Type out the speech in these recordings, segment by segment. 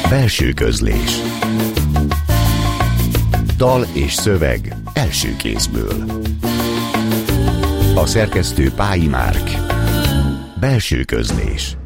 Belső közlés. Dal és szöveg első kézből. A szerkesztő Pályi Márk. Belső közlés.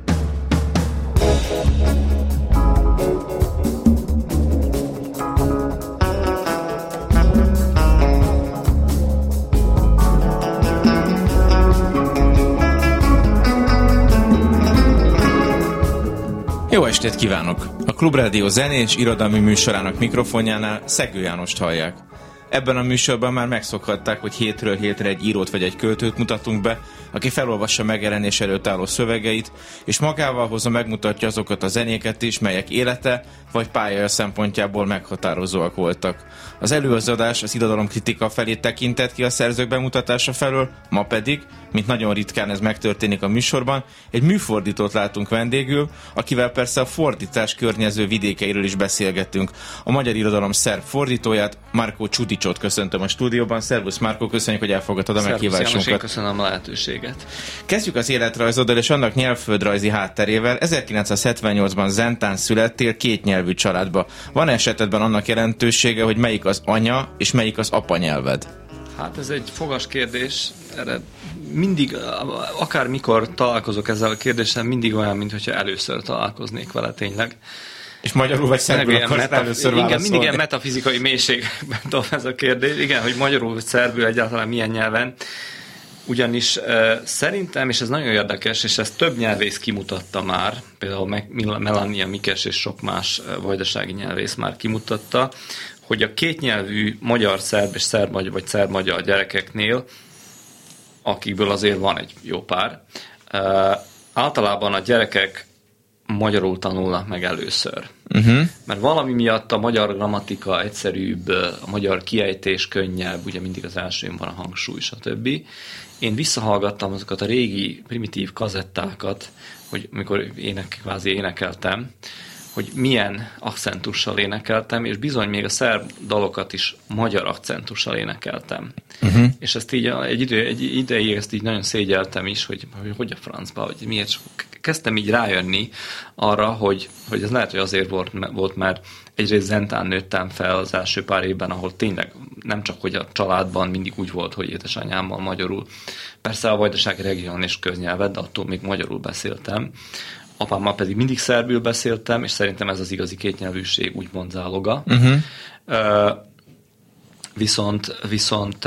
Jó estét kívánok! A Klubrádió zenés irodalmi műsorának mikrofonjánál Szegő Jánost hallják. Ebben a műsorban már megszokhatták, hogy hétről hétre egy írót vagy egy költőt mutatunk be, aki felolvassa megjelenés előtt álló szövegeit, és magával hozza, megmutatja azokat a zenéket is, melyek élete vagy pályaja szempontjából meghatározóak voltak. Az előadás az irodalomkritika felé tekintett ki a szerzők bemutatása felől, ma pedig, mint nagyon ritkán ez megtörténik a műsorban, egy műfordítót látunk vendégül, akivel persze a fordítás környező vidékeiről is beszélgetünk. A magyar irodalom szerb fordítóját, Marko Csudicsot köszöntöm a stúdióban. Szervusz Marko, köszönjük, hogy elfogadtad a meghívásunkat. János, én köszönöm a lehetőséget. Kezdjük az életrajzoddal és annak nyelvföldrajzi hátterével. 1978-ban Zentán születtél kétnyelvű családba. Van esetedben annak jelentősége, hogy melyik az anya és melyik az apa nyelved? Hát ez egy fogas kérdés. Erre mindig, akármikor találkozok ezzel a kérdéssel, mindig olyan, mintha először találkoznék vele tényleg. És magyarul vagy szerbül akarsz először válaszolni? Igen, mindig ilyen metafizikai mélységben dob ez a kérdés. Igen, hogy magyarul vagy szerbül egyáltalán milyen nyelven. Ugyanis szerintem, és ez nagyon érdekes, és ezt több nyelvész kimutatta már, például Melania Mikes és sok más vajdasági nyelvész már kimutatta, hogy a kétnyelvű magyar-szerb és szerb-magyar vagy szerb-magyar gyerekeknél, akikből azért van egy jó pár, általában a gyerekek magyarul tanulnak meg először. Mert valami miatt a magyar grammatika egyszerűbb, a magyar kiejtés könnyebb, ugye mindig az elsőn van a hangsúly, stb. Én visszahallgattam azokat a régi primitív kazettákat, hogy mikor kvázi énekeltem, hogy milyen akcentussal énekeltem, és bizony még a szerb dalokat is magyar akcentussal énekeltem. És ezt így egy ideig ezt így nagyon szégyeltem is, hogy a francba, hogy miért. Kezdtem így rájönni arra, hogy ez lehet, hogy azért volt, mert egyrészt Zentán nőttem fel az első pár évben, ahol tényleg nem csak, hogy a családban mindig úgy volt, hogy édesanyámmal magyarul. Persze a vajdasági regionális köznyelvet, de attól még magyarul beszéltem. Apámmal pedig mindig szerbül beszéltem, és szerintem ez az igazi kétnyelvűség úgymond záloga. Viszont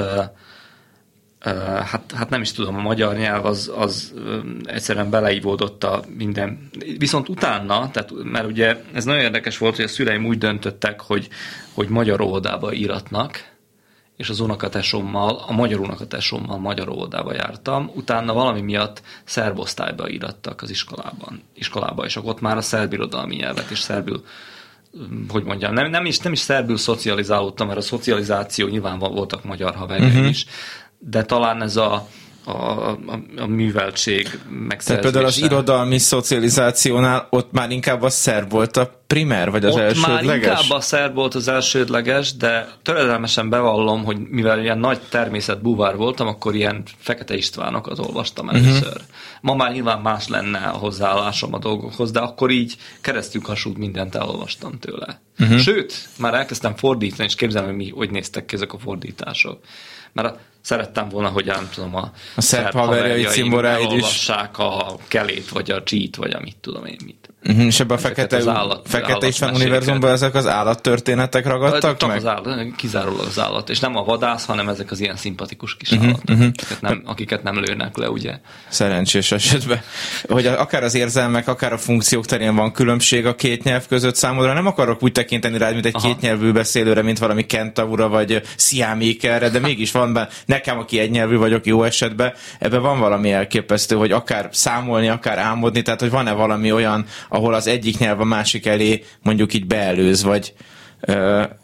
hát nem is tudom, a magyar nyelv az egyszerűen beleívódott a minden. Viszont utána, mert ugye ez nagyon érdekes volt, hogy a szüleim úgy döntöttek, hogy magyar óvodába íratnak, és az unokatesommal, a magyar unokatesommal magyar óvodába jártam. Utána valami miatt szerb osztályba írattak az iskolába, és akkor ott már a szerb irodalmi nyelvet és szerbül, hogy mondjam, nem is szerbül szocializálódtam, mert a szocializáció nyilván voltak magyar haverjaim is, de talán ez a műveltség megszerzése. Tehát például az irodalmi szocializációnál ott már inkább a szerb volt a primer, vagy az elsődleges? Ott már inkább a szerb volt az elsődleges, de töredelmesen bevallom, hogy mivel ilyen nagy természetbúvár voltam, akkor ilyen Fekete Istvánokat olvastam először. Ma már nyilván más lenne a hozzáállásom a dolgokhoz, de akkor így keresztülhasút mindent elolvastam tőle. Sőt, már elkezdtem fordítani, és képzelem, hogy néztek ki ezek a fordítások. Mert szerettem volna, hogy nem tudom, a szerb haverjai cimboráid is elolvassák a Kelét, vagy a Csít, vagy amit tudom én mit. És ebben a Fekete István univerzumban ezek az állattörténetek ragadtak csak meg? Kizárólag az állat. És nem a vadász, hanem ezek az ilyen szimpatikus kis állatok, akiket nem lőnek le, ugye? Szerencsés esetben. Hogy akár az érzelmek, akár a funkciók terén van különbség a két nyelv között számodra. Nem akarok úgy tekinteni rád, mint egy kétnyelvű beszélőre, mint valami kentaura vagy sziámékerre, de mégis van benne. Nekem, aki egynyelvű vagyok jó esetben, ebben van valami elképesztő, hogy akár számolni, akár álmodni, tehát hogy van-e valami olyan, ahol az egyik nyelv a másik elé mondjuk így beelőz, vagy...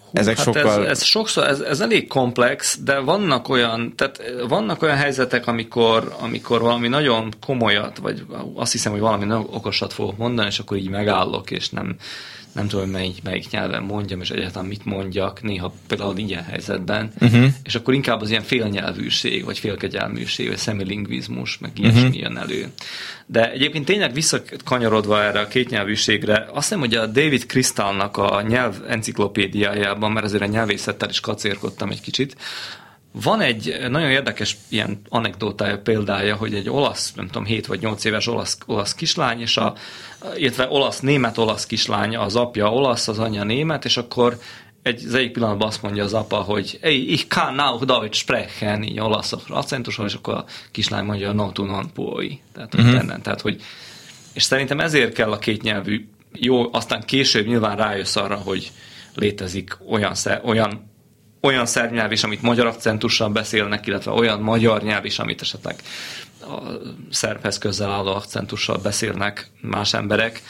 ezek hát sokkal... Ez sokszor, ez elég komplex, de vannak olyan helyzetek, amikor valami nagyon komolyat, vagy azt hiszem, hogy valami nagyon okosat fogok mondani, és akkor így megállok, és nem tudom, melyik nyelven mondjam, és egyáltalán mit mondjak, néha például ilyen helyzetben, és akkor inkább az ilyen félnyelvűség, vagy félkegyelműség, vagy szemilingvizmus, meg ilyesmi jön elő. De egyébként tényleg visszakanyarodva erre a kétnyelvűségre, azt hiszem, hogy a David Crystalnak a nyelv enciklopédiájában, mert azért a nyelvészettel is kacérkodtam egy kicsit, van egy nagyon érdekes ilyen anekdótája, példája, hogy egy olasz, nem tudom, 7 vagy 8 éves olasz kislány, és illetve német-olasz kislány, az apja olasz, az anyja német, és akkor az egyik pillanatban azt mondja az apa, hogy ich kann auch Deutsch sprechen, így olaszokra akcentussal, és akkor a kislány mondja, no tu non puoi. Tehát, hogy és szerintem ezért kell a kétnyelvű, jó, aztán később nyilván rájössz arra, hogy létezik olyan szerb nyelv is, amit magyar akcentussal beszélnek, illetve olyan magyar nyelv is, amit esetleg a szerbhez közel álló akcentussal beszélnek más emberek,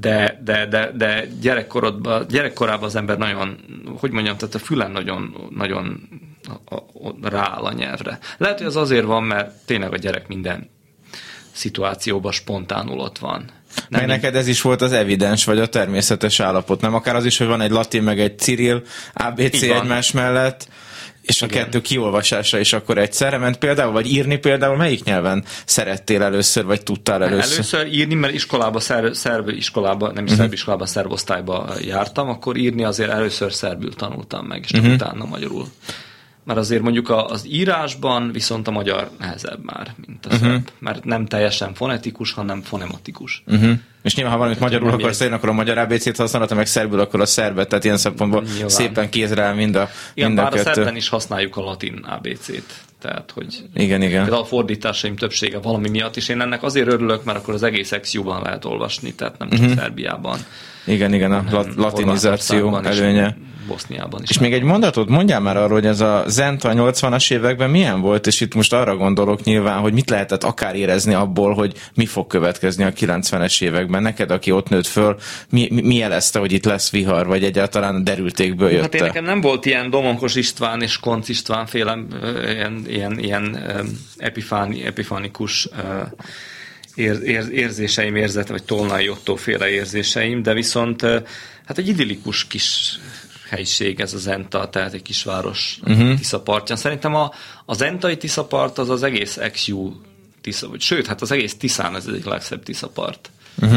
de gyerekkorában az ember nagyon, hogy mondjam, tehát a fülen nagyon rááll a nyelvre. Lehet, hogy az azért van, mert tényleg a gyerek minden szituációban spontánul ott van. Meg neked ez is volt az evidens, vagy a természetes állapot, nem? Akár az is, hogy van egy latin, meg egy Cyril, ABC egymás mellett, és a kettő kiolvasásra is akkor egyszerre ment például, vagy írni például melyik nyelven szerettél először, vagy tudtál először? Először írni, mert szerb iskolában, szerb osztályba jártam, akkor írni azért először szerbül tanultam meg, és utána magyarul. Mert azért mondjuk az írásban viszont a magyar nehezebb már, mint a szerb. Mert nem teljesen fonetikus, hanem fonematikus. És nyilván, ha valamit magyarul akarsz írni, akkor a magyar ABC-t használod, ha meg szerbül, akkor a szerbet, tehát ilyen szempontból nyilván szépen kézre áll mind a bár kettő. A szerbben is használjuk a latin ABC-t. Tehát, hogy igen. Például a fordításaim többsége valami miatt, és én ennek azért örülök, mert akkor az egész XU-ban lehet olvasni, tehát nem csak Szerbiában. Igen, a latinizáció előnye. Boszniában is. És még egy mondatot mondjál már arról, hogy ez a Zenta 80-as években milyen volt, és itt most arra gondolok nyilván, hogy mit lehetett akár érezni abból, hogy mi fog következni a 90-es években. Neked, aki ott nőtt föl, mi jelezte, hogy itt lesz vihar, vagy egyáltalán derültékből jött? Hát én nekem nem volt ilyen Domonkos István és Konc István féle ilyen epifanikus érzéseim, vagy Tolnai Ottó féle érzéseim, de viszont hát egy idillikus kis helység ez a Zenta, tehát egy kisváros Tisza partján. Szerintem a zentai Tiszapart az egész XU Tisza, sőt, hát az egész Tiszán ez egyik legszebb Tiszapart.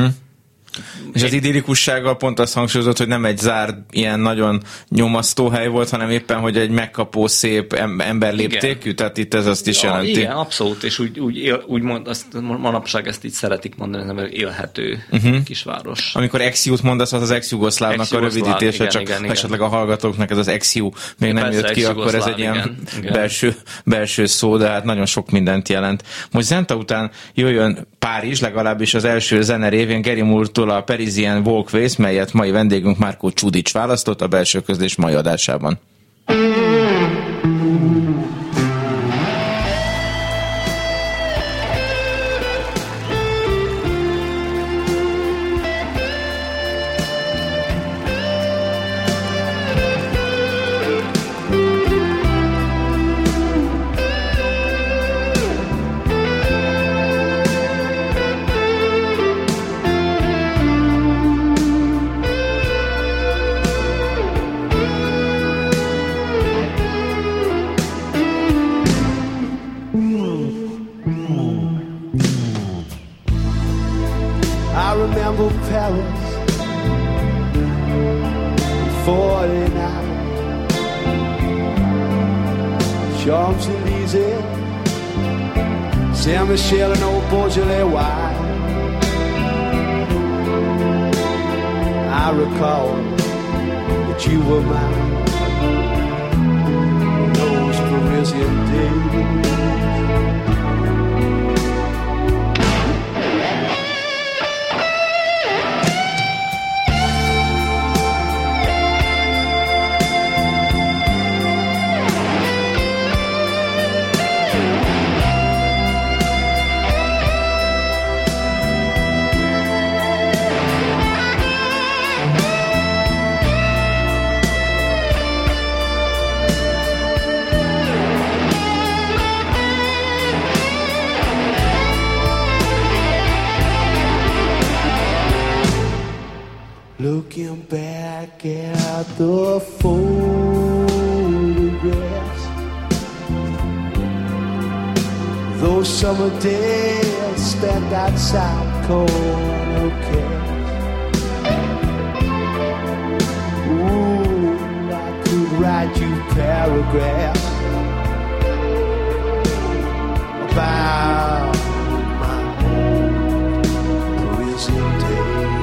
És az idillikussággal pont azt hangsúlyozott, hogy nem egy zárt, ilyen nagyon nyomasztó hely volt, hanem éppen, hogy egy megkapó, szép emberléptékű, tehát itt ez azt is jelenti. Igen, abszolút, és úgy mond, azt manapság ezt így szeretik mondani, hogy élhető kisváros. Amikor XU-t mondasz, az ex-jugoszlávnak a rövidítése, csak igen. Esetleg a hallgatóknak ez az XU még nem jött ki, akkor ez egy ilyen belső szó, de hát nagyon sok mindent jelent. Most Zenta után jöjjön Párizs, legalábbis az első zene révén Gary Moore-tól a Parisian Walkways, melyet mai vendégünk Márkó Csudics választott a Belső Közlés mai adásában. Champs-Élysées, Saint-Michel and old Beaujolais wine. I recall that you were mine in those Parisian days. looking back at the photographs. Those summer days spent outside corner cafes. Ooh, I could write you paragraphs about my old prison days.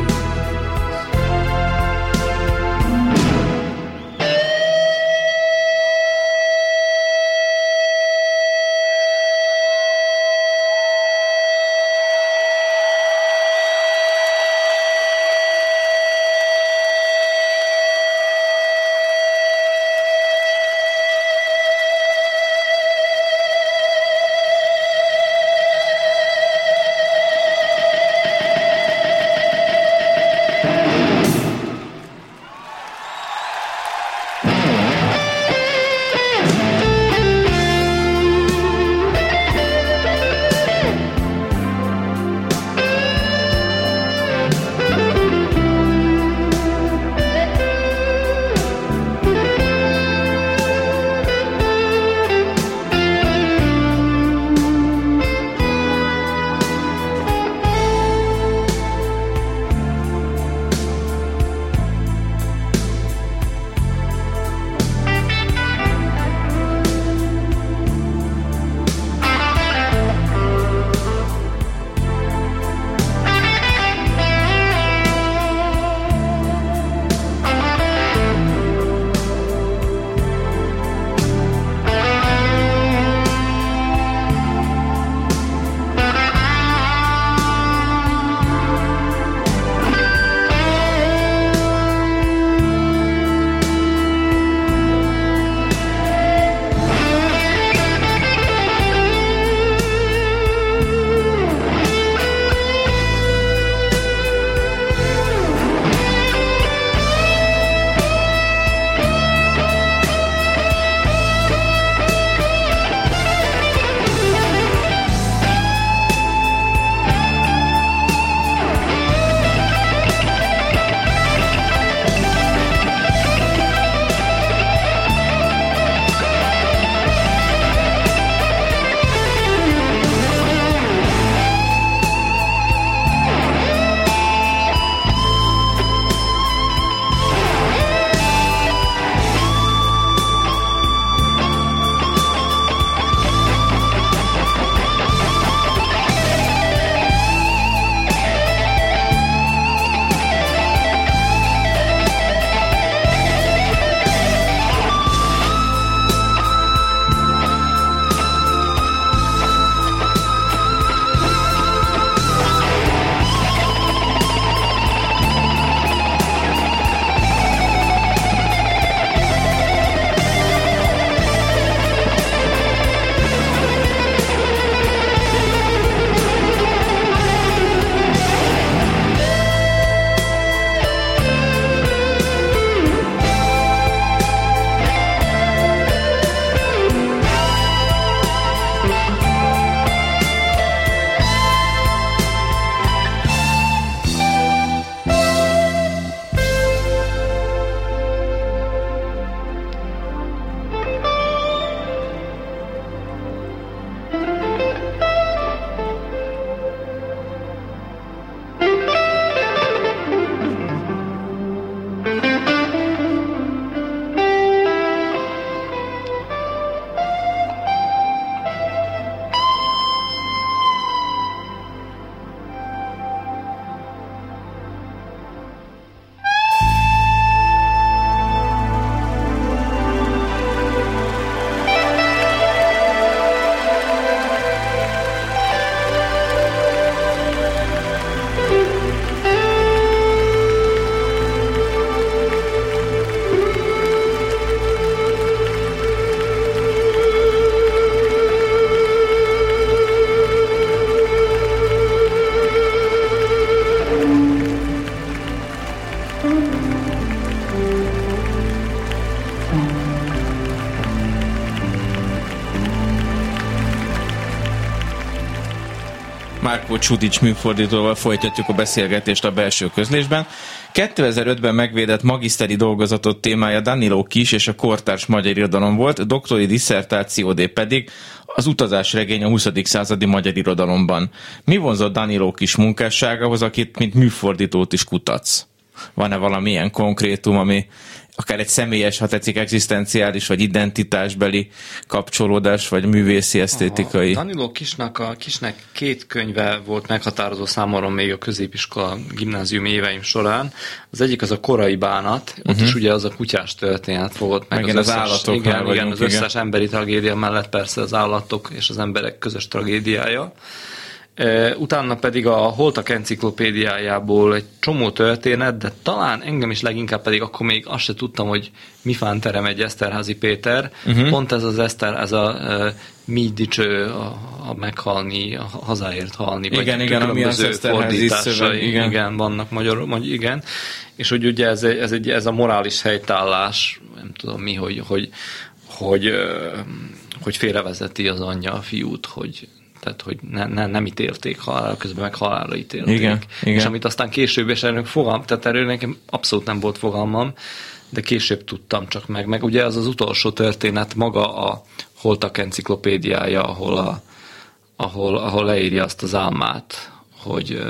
Márkó Csudics műfordítóval folytatjuk a beszélgetést a belső közlésben. 2005-ben megvédett magiszteri dolgozatot témája Danilo Kis és a kortárs magyar irodalom volt, doktori disszertációdé pedig az utazásregény a 20. századi magyar irodalomban. Mi vonzott Danilo Kis munkásságához, akit mint műfordítót is kutatsz? Van-e valamilyen konkrétum, ami akár egy személyes, ha tetszik, egzisztenciális vagy identitásbeli kapcsolódás, vagy művészi, esztétikai? Danilo Kisnek 2 könyve volt meghatározó számomra még a középiskola, gimnázium éveim során. Az egyik az a Korai bánat, ott is ugye az a kutyás történet fogott meg. Az állatok. Igen, az összes emberi tragédia mellett persze az állatok és az emberek közös tragédiája. Utána pedig a Holtak enciklopédiájából egy csomó történet, de talán engem is leginkább pedig akkor még azt se tudtam, hogy mifán terem egy Eszterházy Péter. Pont ez az Eszter, ez a mi dicső a meghalni, a hazáért halni, vagy igen, ami az Eszterházy szöveg, igen, vannak magyarul, igen. És hogy ugye ez a morális helytállás, nem tudom mi, hogy félrevezeti az anyja a fiút, tehát, hogy nem ítélték halálra, közben meg halálra ítélték. Igen. És amit aztán később, és erről nekem abszolút nem volt fogalmam, de később tudtam csak meg ugye az utolsó történet maga a Holtak enciklopédiája, ahol leírja azt az álmát, hogy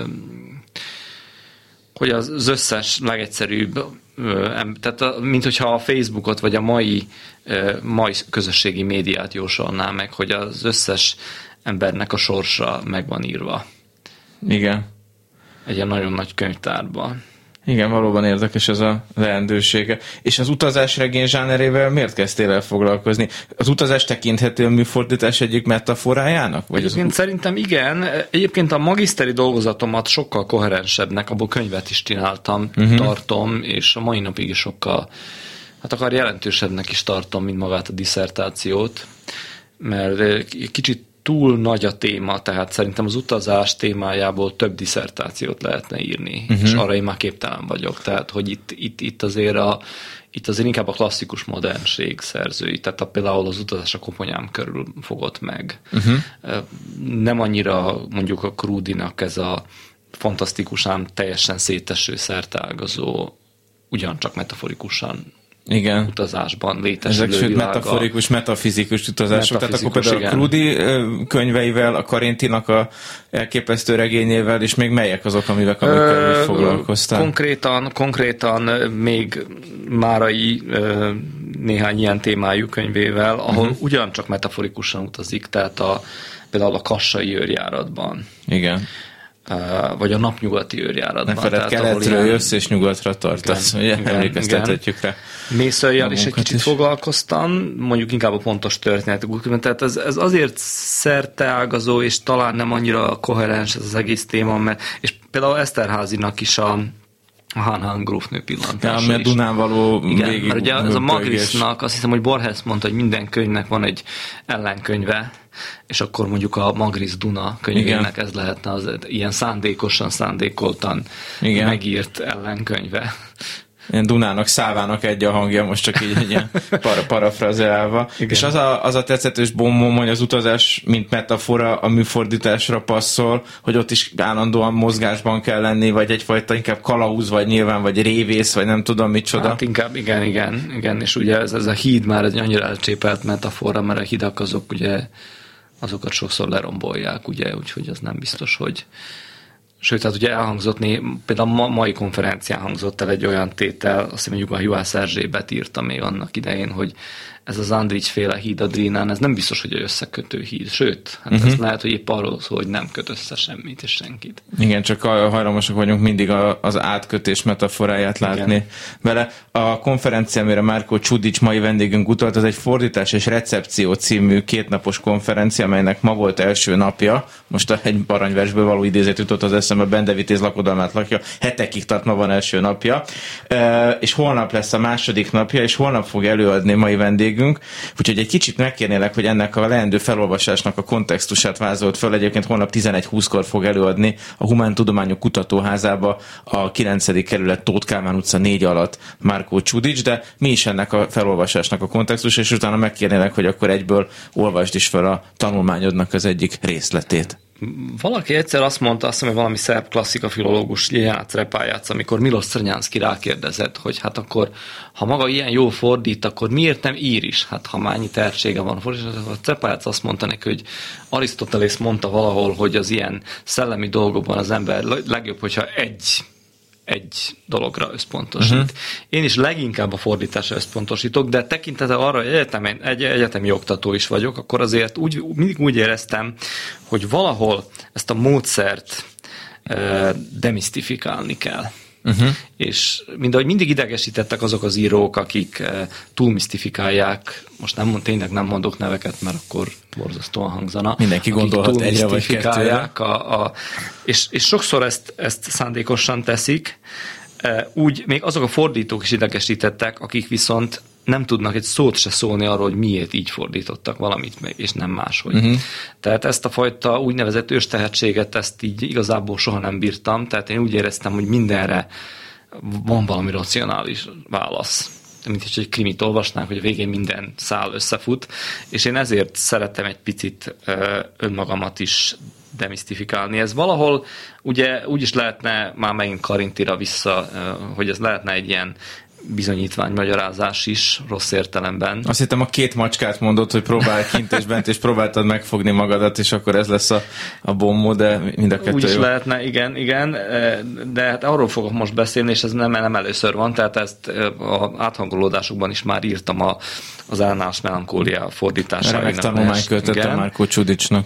az összes legegyszerűbb, tehát mint hogyha a Facebookot vagy a mai közösségi médiát jósolná meg, hogy az összes embernek a sorsa meg van írva. Igen. Egy ilyen nagyon nagy könyvtárban. Igen, valóban érdekes ez a leendősége. És az utazásregény zsánerével miért kezdtél el foglalkozni? Az utazás tekinthető a műfordítás egyik metaforájának? Vagy egyébként szerintem igen. Egyébként a magiszteri dolgozatomat sokkal koherensebbnek, abból könyvet is csináltam, tartom, és a mai napig is sokkal, akár jelentősebbnek is tartom, mint magát a disszertációt, mert kicsit túl nagy a téma, tehát szerintem az utazás témájából több disszertációt lehetne írni, és arra én már képtelen vagyok. Tehát, hogy itt azért inkább a klasszikus modernség szerzői, tehát például az utazás a koponyám körül fogott meg. Nem annyira mondjuk a Krudinak ez a fantasztikusan, teljesen széteső, szerteágazó, ugyancsak metaforikusan igen. utazásban létesülő ezek világa. Metaforikus, metafizikus utazások. Tehát akkor például a Krudi könyveivel, a Karintinak a elképesztő regényével, és még melyek azok, amikkel foglalkoztál? Konkrétan még Márai néhány ilyen témájú könyvével, ahol ugyancsak metaforikusan utazik, tehát például a Kassai őrjáratban. Igen. Vagy a napnyugati őrjáratban. Ne feled, keletről jössz és nyugatra tartasz. Emlékeztethetjük rá. Mészöljel is egy kicsit foglalkoztam, mondjuk inkább a pontos történetek. Tehát ez azért szerteágazó, és talán nem annyira koherens ez az egész téma, mert, és például Eszterházynak is a Han grófnő pillantása. Ja, mert Dunán való végig. Mert ugye ez a Magrisznak, azt hiszem, hogy Borges mondta, hogy minden könyvnek van egy ellenkönyve, és akkor mondjuk a Magrisz Duna könyvének ez lehetne az ilyen szándékoltan megírt ellenkönyve. Ilyen Dunának, Szávának egy a hangja, most csak így egy ilyen parafrazeálva. És az a tetszetős bombom, hogy az utazás, mint metafora a műfordításra passzol, hogy ott is állandóan mozgásban kell lenni, vagy egyfajta inkább kalauz, vagy nyilván, vagy révész, vagy nem tudom micsoda. Hát inkább, igen, és ugye ez a híd már egy annyira elcsépelt metafora, mert a hidak azok ugye, azokat sokszor lerombolják, ugye, úgyhogy az nem biztos, hogy sőt, hát ugye elhangzott, például a mai konferencián hangzott el egy olyan tétel, azt hiszem, mondjuk a Juhász Erzsébet írta még annak idején, hogy ez az Andrić-féle híd a Drinán, ez nem biztos, hogy egy összekötő híd. Sőt, hát ez lehet, hogy épp arról szól, hogy nem köt össze semmit és senkit. Igen, csak hajlamosak vagyunk mindig az átkötés metaforáját látni vele. A konferencia, amire Márkó Csudics mai vendégünk utalt, az egy fordítás és recepció című 2 napos konferencia, amelynek ma volt első napja. Most egy aranyversből való idézet jutott az eszembe, Bende Vitéz lakodalmát lakja. Hetekig tart, ma van első napja. És holnap lesz a második napja, és holnap fog előadni mai vendégünk. Úgyhogy egy kicsit megkérnélek, hogy ennek a leendő felolvasásnak a kontextusát vázolt föl. Egyébként holnap 11:20-kor fog előadni a Humántudományok Kutatóházába a 9. kerület Tóth Kálmán utca 4 alatt Márkó Csudics, de mi is ennek a felolvasásnak a kontextus, és utána megkérnélek, hogy akkor egyből olvasd is fel a tanulmányodnak az egyik részletét. Valaki egyszer azt mondta, azt hiszem, hogy valami szerb klasszikafilológus Jánác Repályác, amikor Miloš Crnjanski rákérdezett, hogy hát akkor, ha maga ilyen jól fordít, akkor miért nem ír is? Hát ha már annyi tehetsége van fordításra, a Repályác azt mondta neki, hogy Arisztotelész mondta valahol, hogy az ilyen szellemi dolgokban az ember legjobb, hogyha egy dologra összpontosít. Én is leginkább a fordításra összpontosítok, de tekintettel arra, hogy egyetemi oktató is vagyok, akkor azért mindig úgy éreztem, hogy valahol ezt a módszert demisztifikálni kell. És mindahogy mindig idegesítettek azok az írók, akik túlmisztifikálják, most tényleg nem mondok neveket, mert akkor borzasztóan hangzana. Mindenki gondolhat egyre vagy kettőre. És sokszor ezt szándékosan teszik, úgy még azok a fordítók is idegesítettek, akik viszont nem tudnak egy szót se szólni arról, hogy miért így fordítottak valamit, és nem máshogy. Tehát ezt a fajta úgynevezett őstehetséget, ezt így igazából soha nem bírtam, tehát én úgy éreztem, hogy mindenre van valami racionális válasz. Mint is egy krimit olvasnánk, hogy a végén minden szál összefut, és én ezért szerettem egy picit önmagamat is demisztifikálni. Ez valahol ugye úgy is lehetne már megint Karintira vissza, hogy ez lehetne egy ilyen bizonyítvány magyarázás is, rossz értelemben. Azt hittem, a két macskát mondott, hogy próbálj kint és bent, és próbáltad megfogni magadat, és akkor ez lesz a bombó, de mind a kettő úgy is jó. lehetne, igen, de hát arról fogok most beszélni, és ez nem először van, tehát ezt az áthangolódásokban is már írtam az Ellenállás melankólia fordítására. Remek tanulmány költöttem Márkó Csudicsnak.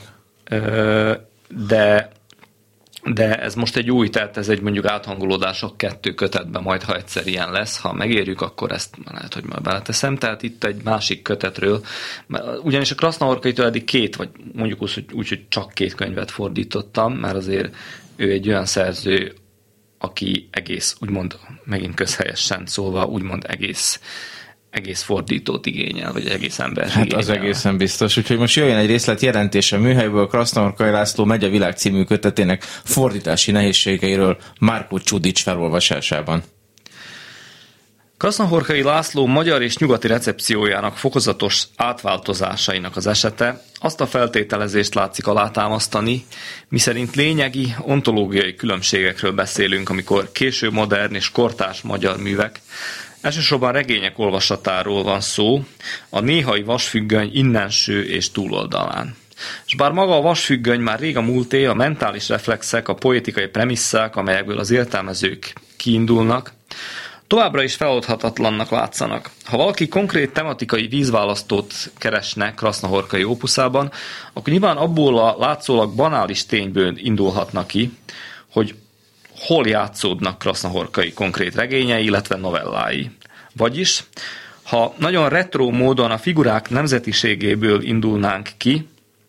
De ez most egy új, tehát ez egy mondjuk áthangolódások 2 kötetben, majd ha egyszer ilyen lesz, ha megérjük, akkor ezt lehet, hogy majd beleteszem. Tehát itt egy másik kötetről, ugyanis a Krasznahorkaitól eddig 2, vagy mondjuk úgy, hogy csak 2 könyvet fordítottam, mert azért ő egy olyan szerző, aki egész, úgymond megint közhelyesen szólva, úgymond egész fordítót igényel, vagy egész ember Hát igényel. az egészen biztos. Úgyhogy most jöjjön egy részlet jelentése műhelyből. Krasznahorkai László Megy a világ című kötetének fordítási nehézségeiről Márkó Csudics felolvasásában. Krasznahorkai László magyar és nyugati recepciójának fokozatos átváltozásainak az esete azt a feltételezést látszik alátámasztani, miszerint lényegi, ontológiai különbségekről beszélünk, amikor késő modern és kortárs magyar művek, elsősorban regények olvasatáról van szó, a néhai vasfüggöny innenső és túloldalán. És bár maga a vasfüggöny már rég a múlté, a mentális reflexek, a poetikai premisszák, amelyekből az értelmezők kiindulnak, továbbra is feloldhatatlannak látszanak. Ha valaki konkrét tematikai vízválasztót keresne Krasznahorkai ópuszában, akkor nyilván abból a látszólag banális tényből indulhatna ki, hogy hol játszódnak Krasznahorkai konkrét regényei, illetve novellái. Vagyis, ha nagyon retro módon a figurák nemzetiségéből indulnánk ki,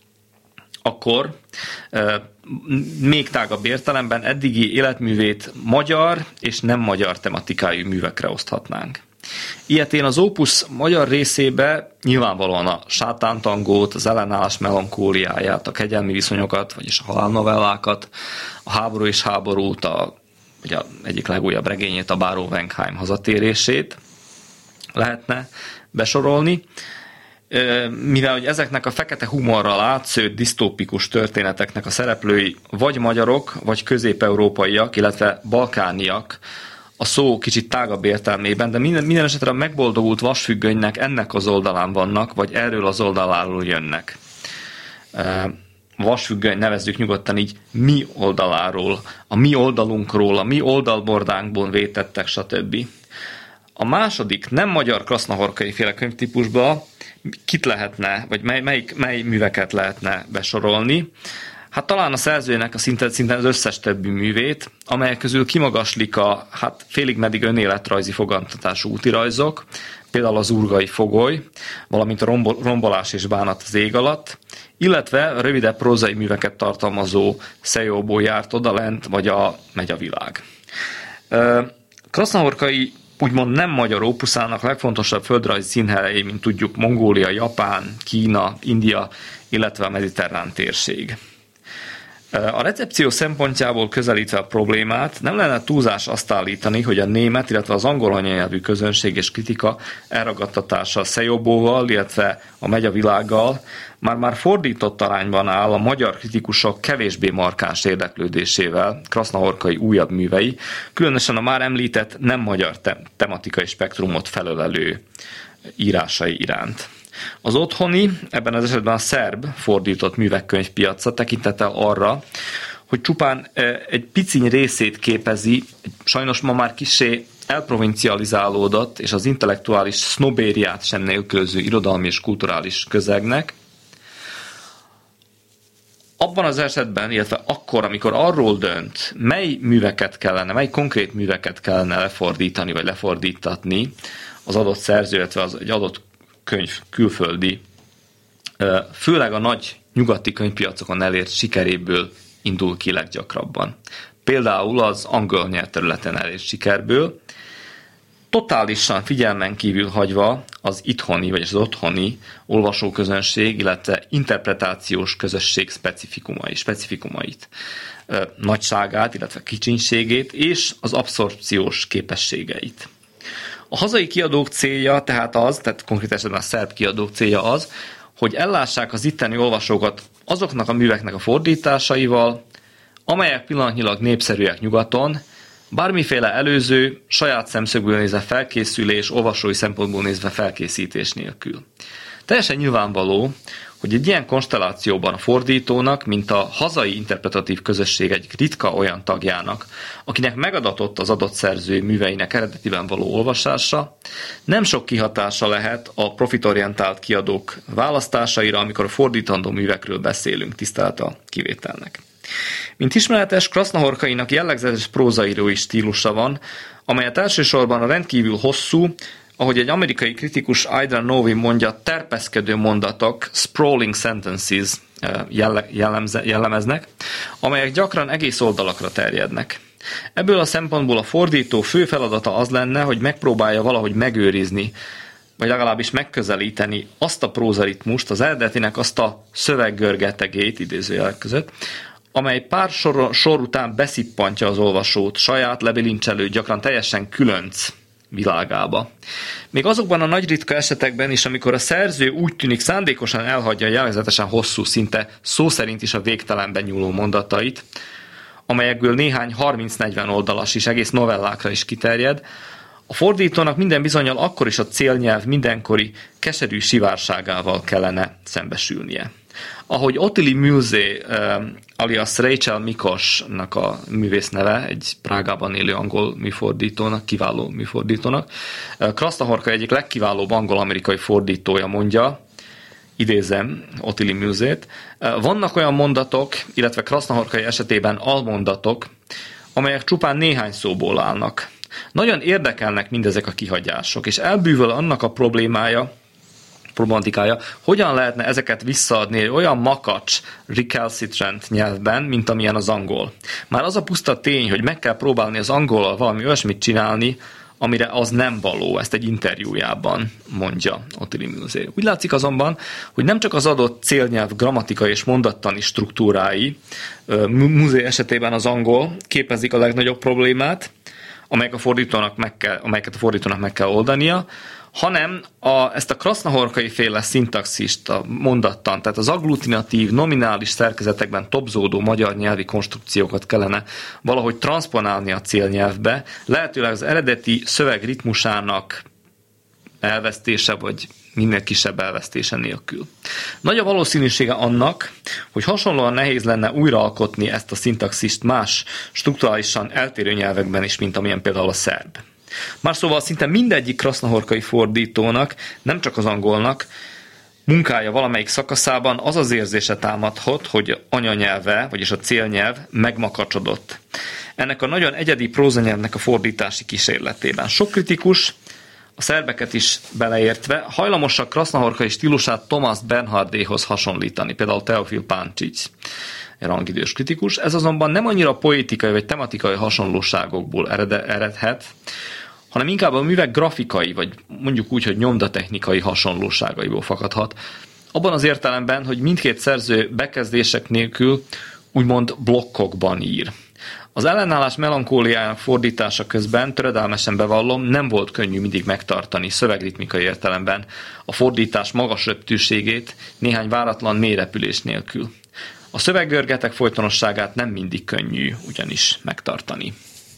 akkor még tágabb értelemben eddigi életművét magyar és nem magyar tematikájú művekre oszthatnánk. Ilyetén az ópusz magyar részébe nyilvánvalóan a sátántangót, az ellenállás melankóliáját, a kegyelmi viszonyokat, vagyis a halálnovellákat, a háború és háborút, ugye egyik legújabb regényét, a Báró Wenkheim hazatérését lehetne besorolni, mivel hogy ezeknek a fekete humorral átszőtt disztópikus történeteknek a szereplői vagy magyarok, vagy közép-európaiak, illetve balkániak, a szó kicsit tágabb értelmében, de minden esetre a megboldogult vasfüggönynek ennek az oldalán vannak, vagy erről az oldaláról jönnek. Vasfüggöny nevezzük nyugodtan így mi oldaláról, a mi oldalunkról, a mi oldalbordánkból vétettek, stb. A második nem magyar Krasznahorkai féle könyvtípusba kit lehetne, vagy mely műveket lehetne besorolni? Hát talán a szerzőnek szinte az összes többi művét, amelyek közül kimagaslik a félig meddig önéletrajzi fogantatású útirajzok, például az Urgai fogoly, valamint a Rombolás és bánat az ég alatt, illetve a rövidebb prózai műveket tartalmazó Szejóból járt odalent, vagy a Megy a világ. Krasznahorkai úgymond nem magyar ópuszának legfontosabb földrajzi színhelyei, mint tudjuk, Mongólia, Japán, Kína, India, illetve a mediterrán térség. A recepció szempontjából közelítve a problémát, nem lenne túlzás azt állítani, hogy a német, illetve az angol anyanyelvű közönség és kritika elragadtatása a Szejobóval, illetve a Megy a világgal már fordított arányban áll a magyar kritikusok kevésbé markáns érdeklődésével Krasznahorkai újabb művei, különösen a már említett nem magyar tematikai spektrumot felölelő írásai iránt. Az otthoni, ebben az esetben a szerb fordított művek könyvpiaca tekintettel arra, hogy csupán egy piciny részét képezi, sajnos ma már kissé elprovincializálódott és az intellektuális sznobériát sem nélkülöző irodalmi és kulturális közegnek. Abban az esetben, illetve akkor, amikor arról dönt, mely konkrét műveket kellene lefordítani, vagy lefordítatni az adott szerző, illetve egy adott könyv külföldi, főleg a nagy nyugati könyvpiacokon elért sikeréből indul ki leggyakrabban. Például az angol nyelvterületen elért sikerből, totálisan figyelmen kívül hagyva az itthoni, vagy az otthoni olvasóközönség, illetve interpretációs közösség specifikumait, nagyságát, illetve kicsinségét, és az abszorpciós képességeit. A hazai kiadók célja tehát konkrét esetben a szerb kiadók célja az, hogy ellássák az itteni olvasókat azoknak a műveknek a fordításaival, amelyek pillanatnyilag népszerűek nyugaton, bármiféle előző, saját szemszögből nézve felkészülés, olvasói szempontból nézve felkészítés nélkül. Teljesen nyilvánvaló, hogy egy ilyen konstellációban a fordítónak, mint a hazai interpretatív közösség egy ritka olyan tagjának, akinek megadatott az adott szerző műveinek eredetiben való olvasása, nem sok kihatása lehet a profitorientált kiadók választásaira, amikor a fordítandó művekről beszélünk, tisztelt a kivételnek. Mint ismeretes, Krasznahorkainak jellegzetes prózaírói stílusa van, amelyet elsősorban a rendkívül hosszú, ahogy egy amerikai kritikus Ida Novi mondja, terpeszkedő mondatok, sprawling sentences jellemeznek, amelyek gyakran egész oldalakra terjednek. Ebből a szempontból a fordító fő feladata az lenne, hogy megpróbálja valahogy megőrizni, vagy legalábbis megközelíteni azt a prózaritmust, az eredetinek azt a szöveggörgetegét, idézőjelek között, amely pár sor után beszippantja az olvasót saját lebilincselő, gyakran teljesen különc világába. Még azokban a nagy ritka esetekben is, amikor a szerző úgy tűnik szándékosan elhagyja jellegzetesen hosszú, szinte szó szerint is a végtelenben nyúló mondatait, amelyekből néhány 30-40 oldalas is, egész novellákra is kiterjed, a fordítónak minden bizonnyal akkor is a célnyelv mindenkori keserű sivárságával kellene szembesülnie. Ahogy Ottilie Mülzé, alias Rachel Mikosnak a művész neve, egy Prágában élő angol műfordítónak, kiváló műfordítónak, Krasznahorka egyik legkiválóbb angol-amerikai fordítója mondja, idézem Ottilie Mülzét, vannak olyan mondatok, illetve Krasznahorkai esetében almondatok, amelyek csupán néhány szóból állnak. Nagyon érdekelnek mindezek a kihagyások, és elbűvöl annak a problematikája, hogyan lehetne ezeket visszaadni egy olyan makacs, recalcitrant nyelvben, mint amilyen az angol. Már az a puszta tény, hogy meg kell próbálni az angollal valami olyasmit csinálni, amire az nem való, ezt egy interjújában mondja Ottilie Mülzé. Úgy látszik azonban, hogy nem csak az adott célnyelv grammatikai és mondattani struktúrái, Mülzé esetében az angol képezik a legnagyobb problémát, amelyeket a fordítónak meg kell oldania, hanem ezt a krasznahorkai féle szintaxist, a mondattan, tehát az agglutinatív, nominális szerkezetekben tobzódó magyar nyelvi konstrukciókat kellene valahogy transponálni a célnyelvbe, lehetőleg az eredeti szöveg ritmusának elvesztése, vagy minél kisebb elvesztése nélkül. Nagy a valószínűsége annak, hogy hasonlóan nehéz lenne újraalkotni ezt a szintaxist más strukturálisan eltérő nyelvekben is, mint amilyen például a szerb. Már szóval szinte mindegyik krasznahorkai fordítónak, nem csak az angolnak, munkája valamelyik szakaszában az az érzése támadhat, hogy anyanyelve, vagyis a célnyelv megmakacsodott. Ennek a nagyon egyedi prózanyelvnek a fordítási kísérletében. Sok kritikus, a szerbeket is beleértve, hajlamosak krasznahorkai stílusát Thomas Bernhardéhoz hasonlítani, például Teofil Páncsics, egy rangidős kritikus. Ez azonban nem annyira poétikai vagy tematikai hasonlóságokból eredhet, hanem inkább a művek grafikai, vagy mondjuk úgy, hogy nyomdatechnikai hasonlóságaiból fakadhat. Abban az értelemben, hogy mindkét szerző bekezdések nélkül úgymond blokkokban ír. Az ellenállás melankóliájának fordítása közben, töredelmesen bevallom, nem volt könnyű mindig megtartani szövegritmikai értelemben a fordítás magas röptűségét néhány váratlan mélyrepülés nélkül. A szöveggörgetek folytonosságát nem mindig könnyű ugyanis megtartani.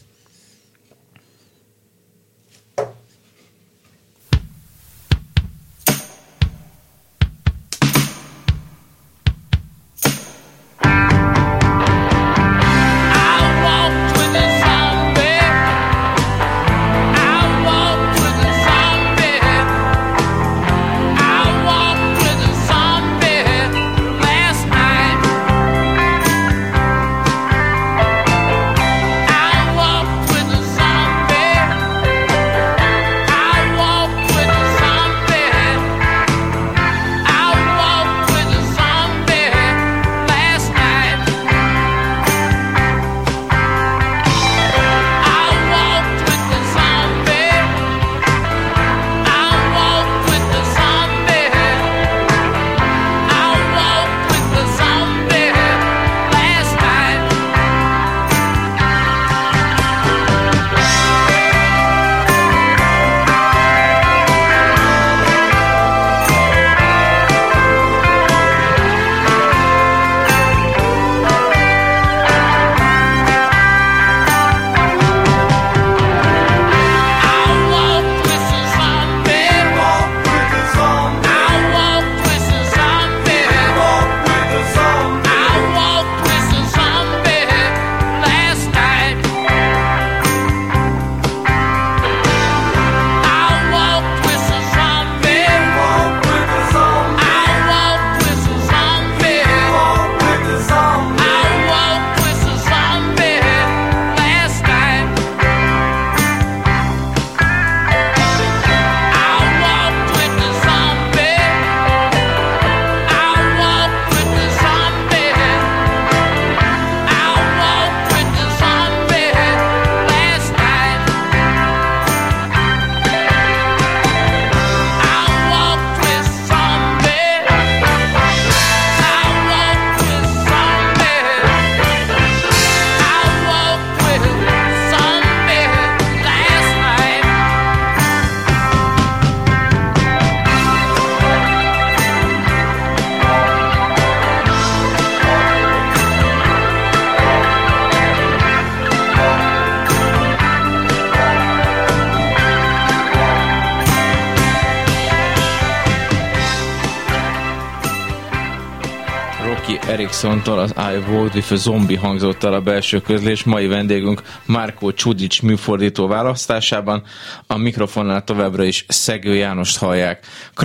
Eriksontól az I Walked with a Zombie hangzott el a belső közlés mai vendégünk Márkó Csudics műfordító választásában. A mikrofonnál továbbra is Szegő Jánost hallják.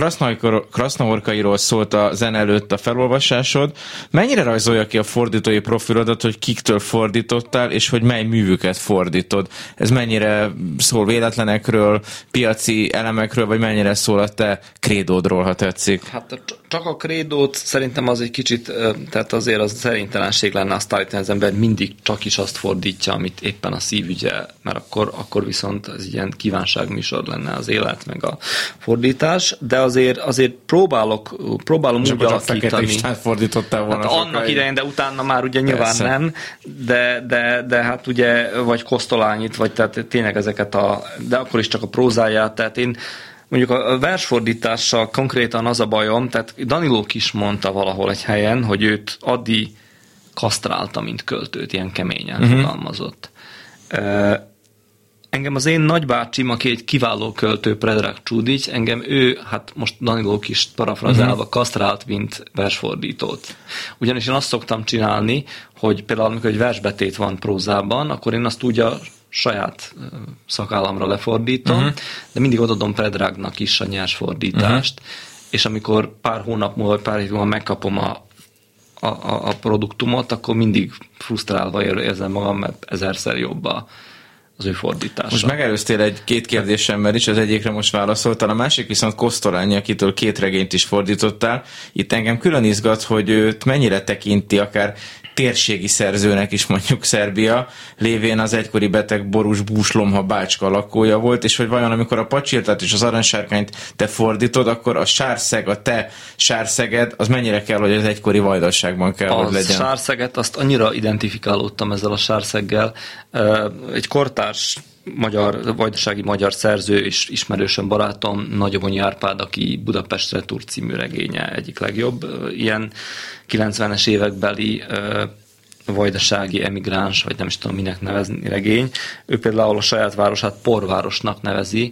Krasznahorkairól szólt a zene előtt a felolvasásod. Mennyire rajzolja ki a fordítói profilodat, hogy kiktől fordítottál, és hogy mely művüket fordítod? Ez mennyire szól véletlenekről, piaci elemekről, vagy mennyire szól a te krédódról, ha tetszik? Hát csak a krédót szerintem az egy kicsit, tehát azért az szerintelenség lenne azt állítani, az ember mindig csak is azt fordítja, amit éppen a szívügye, mert akkor viszont ez ilyen kívánságműsor lenne az élet, meg a fordítás, de azért próbálom úgy alakítani. Csak fordítottál volna. Hát annak idején, de utána már ugye nyilván persze. Nem, de hát ugye, vagy Kosztolányit, vagy tehát tényleg ezeket de akkor is csak a prózáját, tehát én mondjuk a versfordítással konkrétan az a bajom, tehát Danilók is mondta valahol egy helyen, hogy őt Adi kasztrálta, mint költőt, ilyen keményen fogalmazott. Engem az én nagybácsim, aki egy kiváló költő, Predrag Csudics, engem ő, hát most Danilók is parafrazálva kasztrált, mint versfordítót. Ugyanis én azt szoktam csinálni, hogy például amikor egy versbetét van prózában, akkor én azt úgy a saját szakállamra lefordítom, de mindig odadom Predragnak is a nyers fordítást, és amikor pár hónap múlva, pár hét múlva megkapom a produktumot, akkor mindig frusztrálva érzem magam, mert ezerszer jobb az az ő fordítása. Most megelőztél két kérdésemmel is, az egyikre most válaszoltál, a másik viszont Kosztolányi, akitől 2 regényt is fordítottál. Itt engem külön izgat, hogy őt mennyire tekinti akár térségi szerzőnek is mondjuk Szerbia, lévén az egykori beteg Borús Búslomha Bácska lakója volt, és hogy vajon amikor a Pacsiltát és az Aranysárkányt te fordítod, akkor a Sárszeg, a te Sárszeged, az mennyire kell, hogy az egykori Vajdaságban kell, hogy legyen? A Sárszeget, azt annyira identifikálódtam ezzel a Sárszeggel. Egy kortárs vajdasági magyar szerző és ismerősen barátom, Nagyobonyi Árpád, aki Budapestre Tur című regénye egyik legjobb ilyen 90-es évekbeli vajdasági emigráns, vagy nem is tudom minek nevezni regény. Ő például a saját városát Porvárosnak nevezi,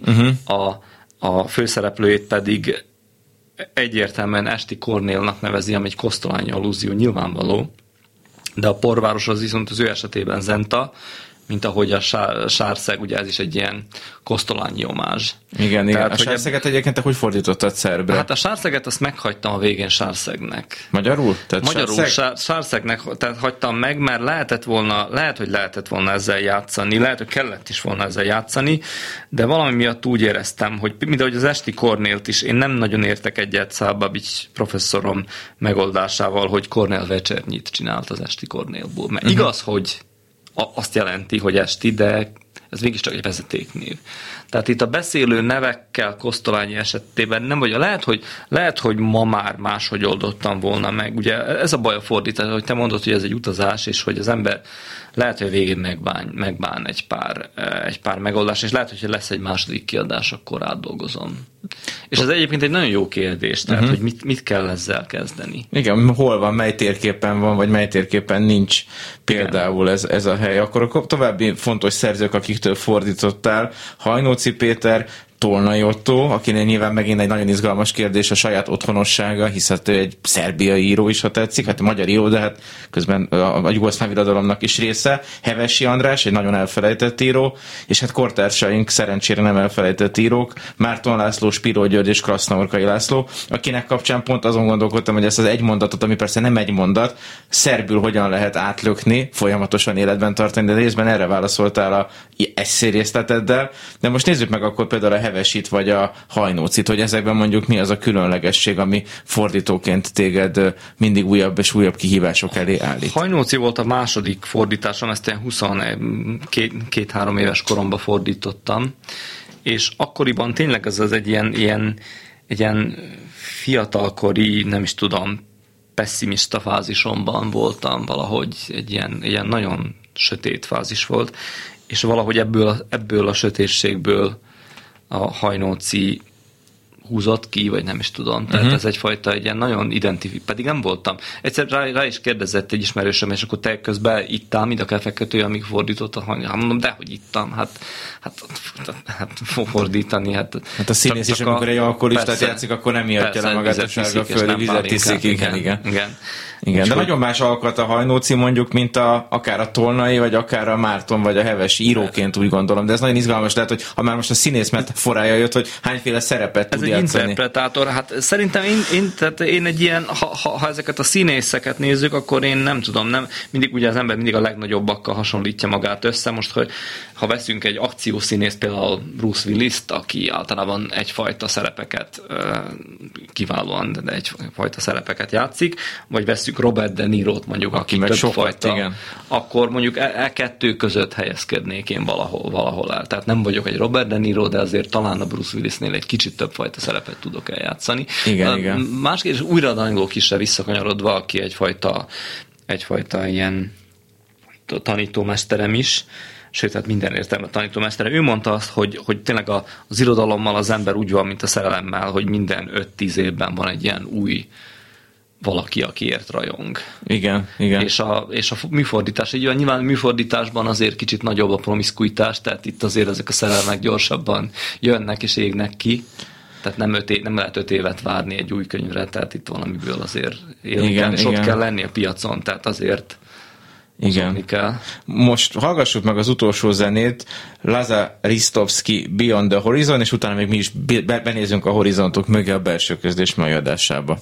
a főszereplőjét pedig egyértelműen Esti Kornélnak nevezi, ami egy Kosztolányi allúzió nyilvánvaló, de a Porváros az viszont az ő esetében Zenta, mint ahogy a Sárszeg, ugye ez is egy ilyen kosztolányi omázs. Igen, igen. Tehát, a Sárszeget egyébként te hogy fordítottad szerbre? Hát a Sárszeget azt meghagytam a végén Sárszegnek. Magyarul? Tehát magyarul Sárszegnek tehát hagytam meg, mert lehet, hogy lehetett volna ezzel játszani, lehet, hogy kellett is volna ezzel játszani, de valami miatt úgy éreztem, hogy mint ahogy az Esti Kornélt is, én nem nagyon értek egyet Szábabics professzorom megoldásával, hogy Kornél vecsernyit csinált az Esti Kornélból. Mert igaz, hogy azt jelenti, hogy Esti, de ez mégiscsak egy vezetéknév. Tehát itt a beszélő nevekkel Kosztolányi esetében nem vagy. Lehet, hogy ma már máshogy oldottam volna meg. Ugye ez a baj a fordítás, hogy te mondod, hogy ez egy utazás, és hogy az ember lehet, hogy a végén megbán egy pár megoldás, és lehet, hogy lesz egy második kiadás, akkor átdolgozom. És ez egyébként egy nagyon jó kérdés, tehát hogy mit kell ezzel kezdeni. Igen, hol van, mely térképen van, vagy mely térképen nincs például ez a hely. Akkor további fontos szerzők, akiktől fordítottál, Hajnóci Péter, Tolnai Ottó, akinél nyilván megint egy nagyon izgalmas kérdés a saját otthonossága, hisz ő egy szerbiai író is, ha tetszik, hát magyar író, de hát közben a jugoszláv irodalomnak is része. Hevesi András, egy nagyon elfelejtett író, és hát kortársaink szerencsére nem elfelejtett írók, Márton László, Spiró György és Krasznaorkai László, akinek kapcsán pont azon gondolkodtam, hogy ezt az egy mondatot, ami persze nem egy mondat, szerbül hogyan lehet átlökni, folyamatosan életben tartani, de részben erre válaszoltál a eszérészleteddel. De most nézzük meg akkor például a Hevesit vagy a Hajnócit, hogy ezekben mondjuk mi az a különlegesség, ami fordítóként téged mindig újabb és újabb kihívások elé állít. Hajnóci volt a második fordításom, ezt ilyen 22-3 éves koromban fordítottam, és akkoriban tényleg ez egy ilyen fiatalkori, nem is tudom, pessimista fázisomban voltam valahogy, egy ilyen nagyon sötét fázis volt, és valahogy ebből a sötétségből a Hajnóci húzott ki, vagy nem is tudom. Tehát ez egyfajta egy ilyen nagyon pedig nem voltam. Egyszer rá is kérdezett egy ismerősöm, és akkor te közben ittál, mind a kefekötő, amíg fordított a Hajnóci. Hát mondom, dehogy ittam. Hát fordítani. Hát a színész is, amikor egy alkoholistát játszik, akkor nem ihatja le magát a sárga földi vizet iszik. Igen, de nagyon más alkat a Hajnóci mondjuk, mint akár a Tolnai, vagy akár a Márton, vagy a Hevesi íróként úgy gondolom. De ez nagyon izgalmas lehet, hogy ha már most a színész metaforája jött, hogy hányféle szerepet tud játszani. Ez egy interpretátor. Hát szerintem én egy ilyen, ha ezeket a színészeket nézzük, akkor én nem tudom, mindig ugye az ember mindig a legnagyobbakkal hasonlítja magát össze. Most, hogy ha veszünk egy akciószínészt, például Bruce Willis-t, aki általában egyfajta szerepeket kiválóan, de egyfajta szerepeket játszik, vagy veszünk Robert De Niro-t mondjuk, aki többfajta, akkor mondjuk kettő között helyezkednék én valahol el. Tehát nem vagyok egy Robert De Niro, de azért talán a Bruce Willisnél egy kicsit többfajta szerepet tudok eljátszani. Igen. Másképp, és újra Danilo Kisre visszakanyarodva, aki egyfajta ilyen tanítómesterem is, sőt, hát minden értelme tanítómestere. Ő mondta azt, hogy tényleg az irodalommal az ember úgy van, mint a szerelemmel, hogy minden 5-10 évben van egy ilyen új valaki, akiért rajong. Igen. És a műfordítás, így nyilván a műfordításban azért kicsit nagyobb a promiszkuitás, tehát itt azért ezek a szerelmek gyorsabban jönnek és égnek ki. Tehát nem lehet 5 évet várni egy új könyvre, tehát itt valamiből azért élni kell, és ott kell lenni a piacon, tehát azért igen. Kell. Most hallgassuk meg az utolsó zenét, Lazar Ristovski Beyond the Horizon, és utána még mi is benézünk a horizontok mögé a belső közlés mai adásába.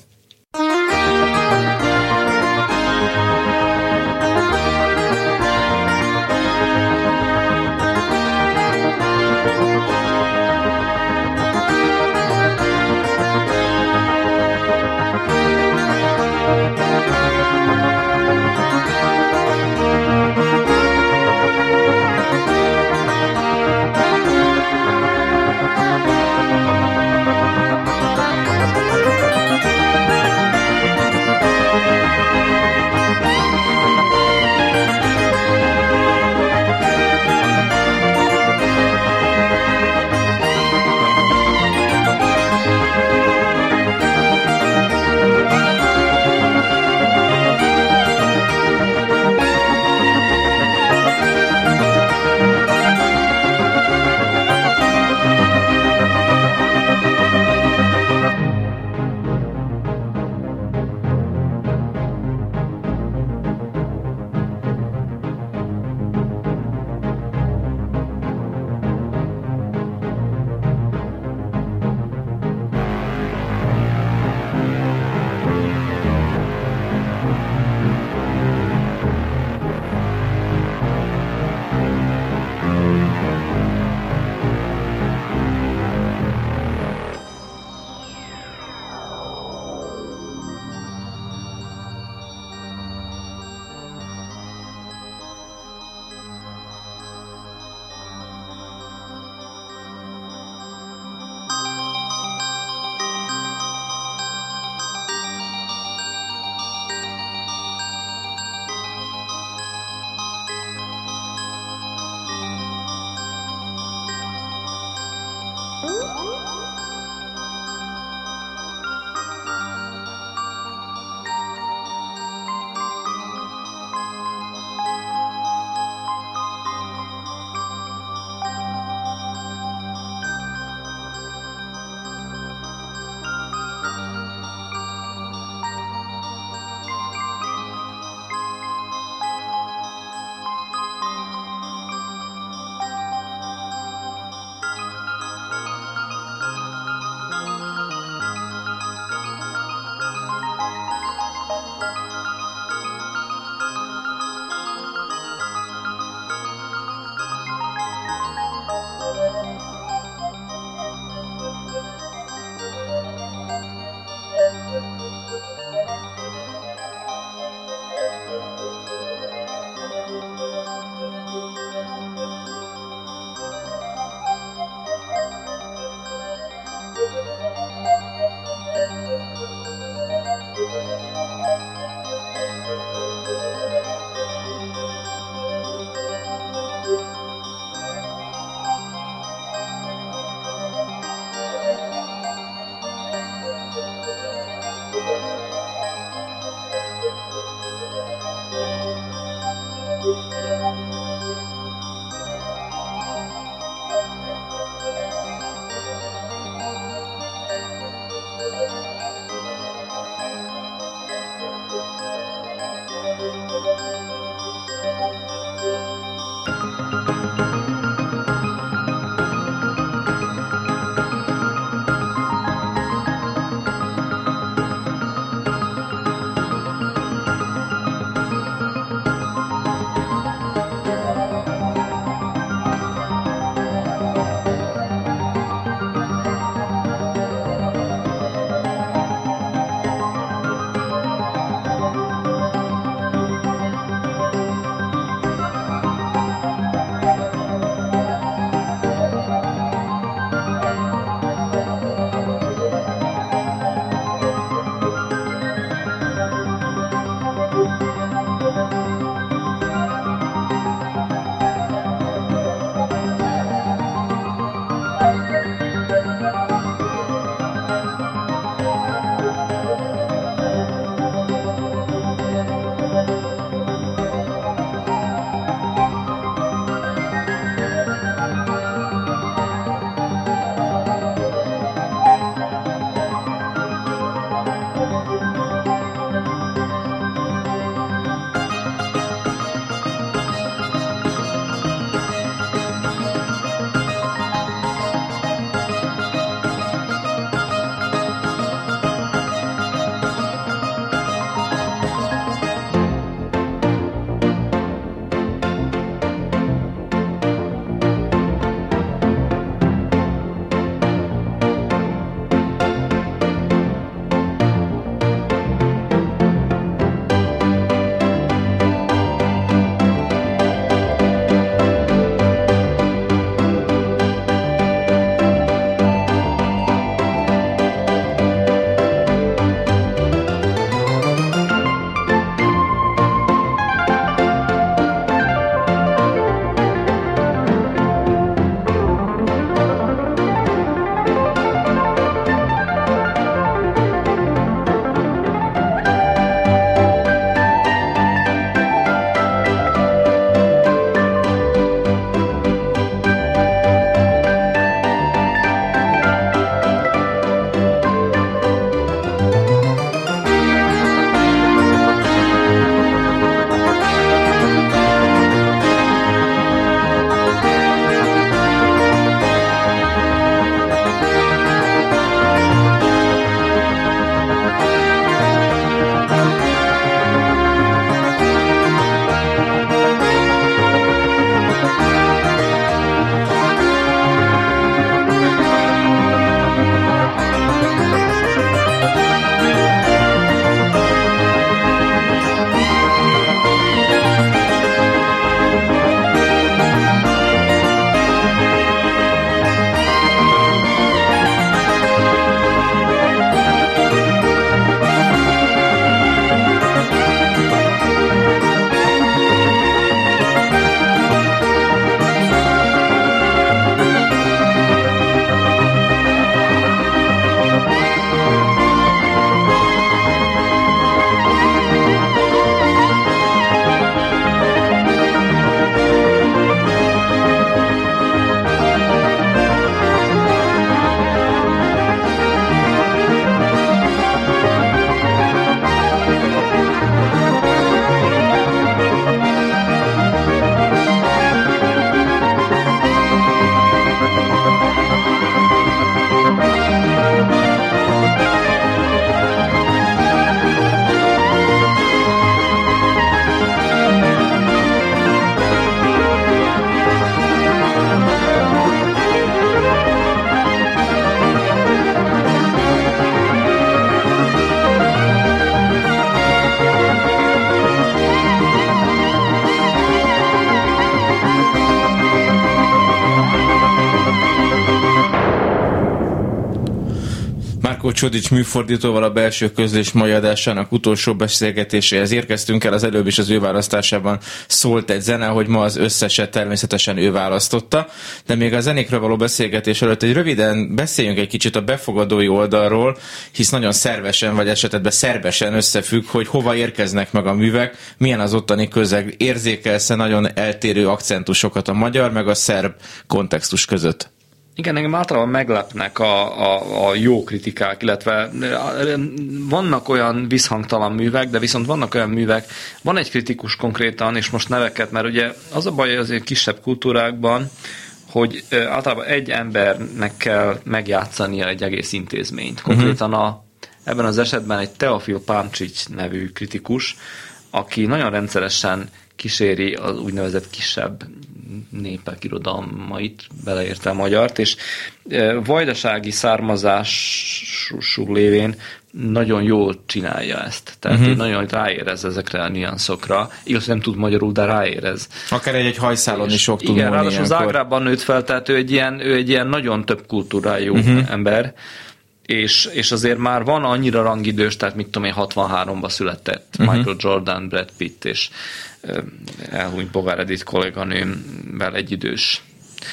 Márkó Csodics műfordítóval a Belső Közlés mai adásának utolsó beszélgetéséhez érkeztünk el. Az előbb is az ő választásában szólt egy zene, hogy ma az összeset természetesen ő választotta, de még a zenékről való beszélgetés előtt egy röviden beszéljünk egy kicsit a befogadói oldalról, hisz nagyon szervesen, vagy esetben szerbesen összefügg, hogy hova érkeznek meg a művek, milyen az ottani közeg, érzékelsz-e nagyon eltérő akcentusokat a magyar meg a szerb kontextus között? Igen, engem általában meglepnek a jó kritikák, illetve vannak olyan visszhangtalan művek, de viszont vannak olyan művek, van egy kritikus konkrétan, és most neveket, mert ugye az a baj azért kisebb kultúrákban, hogy általában egy embernek kell megjátszania egy egész intézményt. Konkrétan ebben az esetben egy Teofil Pámcsics nevű kritikus, aki nagyon rendszeresen kíséri az úgynevezett kisebb népek irodalmait, beleérte a magyart, és vajdasági származású lévén nagyon jól csinálja ezt. Tehát nagyon ráérez ezekre a nianszokra. Igaz, nem tud magyarul, de ráérez. Akár egy hajszálon is sok tud igen, múlni. ráadásul Zágrában nőtt fel, tehát ő egy ilyen nagyon több kultúrájú ember, és azért már van annyira rangidős, tehát mit tudom én, 63-ban született Michael Jordan, Brad Pitt, és elhunyt Bogár Edith kolléganőmmel egyidős.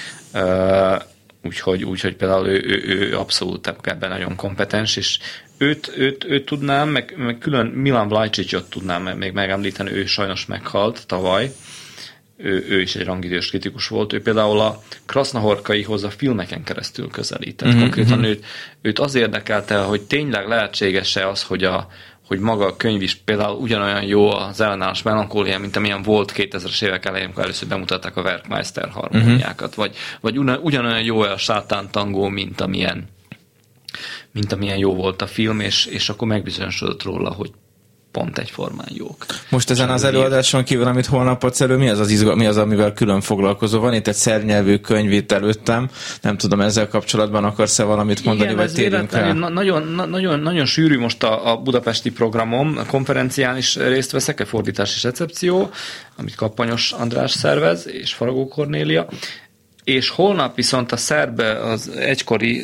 Úgyhogy például ő abszolút ebben nagyon kompetens, és őt tudnám, meg külön Milan Vlajcsicsot tudnám még megemlíteni, ő sajnos meghalt tavaly, ő is egy rangidős kritikus volt, ő például a Krasznahorkaihoz a filmeken keresztül közelített. Konkrétan őt az érdekelte, hogy tényleg lehetséges-e az, hogy maga a könyv is például ugyanolyan jó az ellenállás melankólia, mint amilyen volt 2000-es évek elején, amikor először bemutatták a Werkmeister harmóniákat, vagy ugyanolyan jó a sátántangó, mint amilyen jó volt a film, és akkor megbizonyosodott róla, hogy pont egyformán jók. Most ezen az előadáson kívül, amit holnap adsz elő, mi az, amivel külön foglalkozó? Van itt egy szerbnyelvű könyv itt előttem, nem tudom, ezzel kapcsolatban akarsz-e valamit mondani, igen, vagy térjünk rá? Nagyon sűrű most a budapesti programom, a konferencián is részt veszek, a fordítás és recepció, amit Kappanyos András szervez, és Faragó Kornélia, és holnap viszont a szerb, az egykori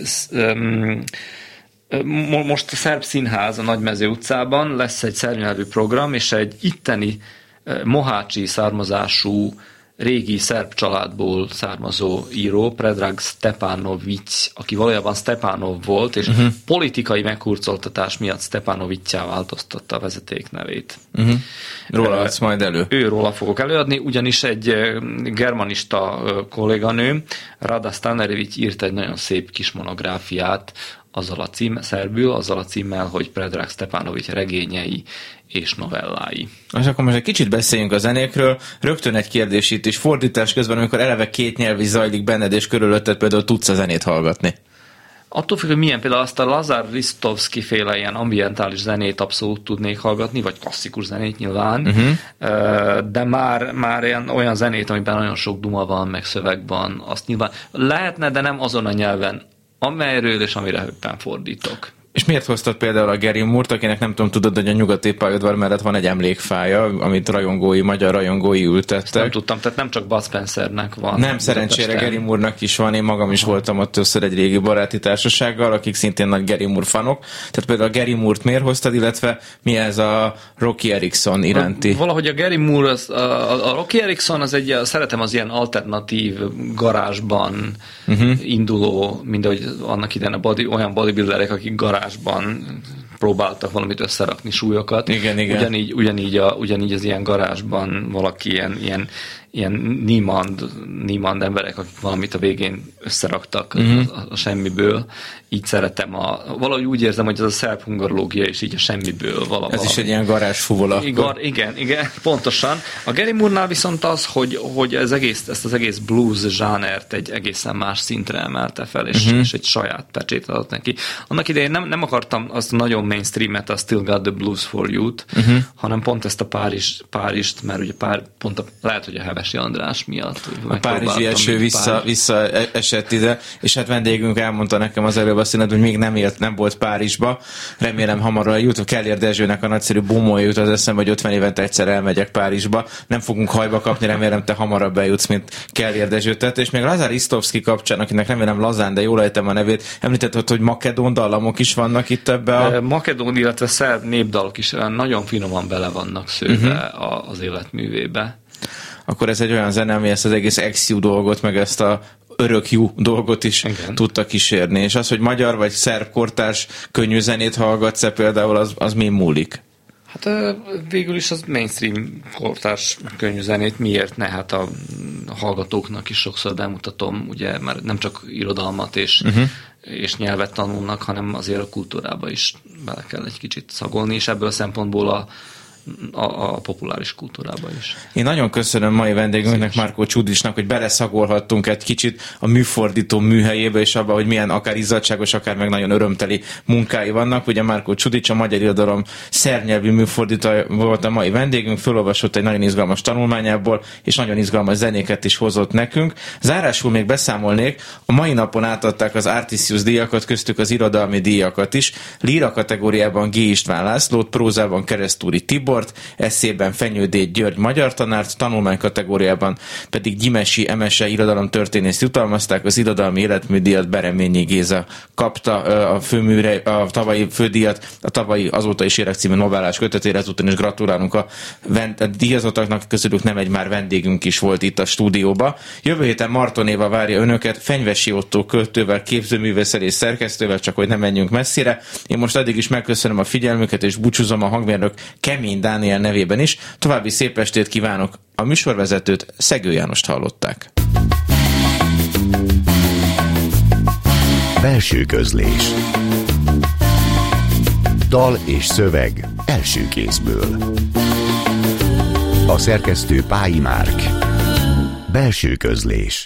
most a Szerb Színház a Nagymező utcában lesz egy szerbnyelvű program, és egy itteni mohácsi származású régi szerb családból származó író, Predrag Stepanović, aki valójában Stepanov volt, és politikai meghurcoltatás miatt Stepanovićá változtatta a vezetéknevét. Róla adsz majd elő. Róla fogok előadni, ugyanis egy germanista kolléganő, Rada Stanerević írt egy nagyon szép kis monográfiát szerbül, azzal a címmel, hogy Predrag Stepanović regényei és novellái. És akkor most egy kicsit beszéljünk a zenékről. Rögtön egy kérdés itt is. Fordítás közben, amikor eleve két nyelv is zajlik benned, és körülötted például tudsz a zenét hallgatni? Attól függ, hogy milyen, például azt a Lazar Ristovski féle ilyen ambientális zenét abszolút tudnék hallgatni, vagy klasszikus zenét nyilván, de már olyan zenét, amiben nagyon sok duma van, meg szöveg van, azt nyilván lehetne, de nem azon a nyelven, amelyről és amire éppen fordítok. És miért hoztad például a Gary Moore-t, akinek nem tudom, tudod, hogy a nyugati pályaudvar mellett van egy emlékfája, amit magyar rajongói ültettek. Ezt nem tudtam, tehát nem csak Bud Spencernek van. Nem, szerencsére Gary Moore-nak is van, én magam is voltam ott összör egy régi baráti társasággal, akik szintén nagy Gary Moore fanok. Tehát például a Gary Moore-t miért hoztad, illetve mi ez a Rocky Erickson iránti? Valahogy a Gary Moore, a Rocky Erickson az szeretem az ilyen alternatív garázsban induló, mint ahogy annak idején olyan bodybuilderek, akik garázsban próbáltak valamit összerakni súlyokat. Igen. Ugyanígy az ilyen garázsban valaki ilyen Niemand emberek, akik valamit a végén összeraktak a semmiből. Így szeretem valahogy úgy érzem, hogy ez a szerb hungarológia is így a semmiből valami. Ez is egy ilyen garázsfuvola. Igen, pontosan. A Gary Moore-nál viszont az, hogy ezt az egész blues zsánert egy egészen más szintre emelte fel, és egy saját pecsét adott neki. Annak idején nem akartam azt nagyon mainstreamet, a Still Got the Blues for You-t, hanem pont ezt a Párizst, mert ugye pont lehet, hogy a Nemesi András miatt. A párizsi eső vissza esett ide, és hát vendégünk elmondta nekem az előbb azt, hogy még nem volt Párizsba. Remélem hamar jut. Kellér Dezsőnek a nagyszerű bumója jut az eszembe, hogy 50 évente egyszer elmegyek Párizsba. Nem fogunk hajba kapni, remélem te hamarabb eljutsz, mint Kellér Dezső tett. És még Lazar Istovszky kapcsán, akinek remélem lazán, de jól ejtem a nevét, említetted, hogy makedón dallamok is vannak itt ebbe a... Makedón, illetve szerb népdalok is nagyon finoman bele vannak szőve az életművébe. Akkor ez egy olyan zene, ami ezt az egész ex-jú dolgot, meg ezt a örök-jú dolgot is tudta kísérni. És az, hogy magyar vagy szerb kortárs könnyű zenét hallgatsz-e például, az mi múlik? Hát végül is az mainstream kortárs könnyű zenét miért ne? Hát a hallgatóknak is sokszor bemutatom, ugye már nem csak irodalmat és nyelvet tanulnak, hanem azért a kultúrába is bele kell egy kicsit szagolni, és ebből a szempontból a populáris kultúrába is. Én nagyon köszönöm mai vendégünknek, Márkó Csudicsnak, hogy beleszagolhattunk egy kicsit a műfordító műhelyébe, és abba, hogy milyen akár izzadságos, akár meg nagyon örömteli munkái vannak. Ugye Márkó Csudics, a magyar irodalom szernyelvű műfordítója volt a mai vendégünk, felolvasott egy nagyon izgalmas tanulmányából, és nagyon izgalmas zenéket is hozott nekünk. Zárásul még beszámolnék, a mai napon átadták az Artisius díjakat, köztük az irodalmi díjakat is. Líra kategóriában G. István Lászlót, prózában Keresztúri Tibort, eszében Fenyő D. György magyar tanárt, tanulmány kategóriában pedig Gyimesi Emese irodalomtörténészt jutalmazták, az irodalmi életműdíjat Bereményi Géza kapta, a tavalyi fődíjat, a tavalyi azóta is érek című novellás kötetére, ezúton is gratulálunk a díjazottaknak, közülük nem egy már vendégünk is volt itt a stúdióba. Jövő héten Marton Éva várja önöket, Fenyvesi Ottó költővel, képzőművésszel és szerkesztővel, csak hogy nem menjünk messzire. Én most addig is megköszönöm a figyelmüket, és búcsúzom a hangmérnök Kemény Dániel nevében is. További szép estét kívánok! A műsorvezetőt, Szegő Jánost hallották. Belső közlés. Dal és szöveg első kézből. A szerkesztő Pályi Márk. Belső közlés.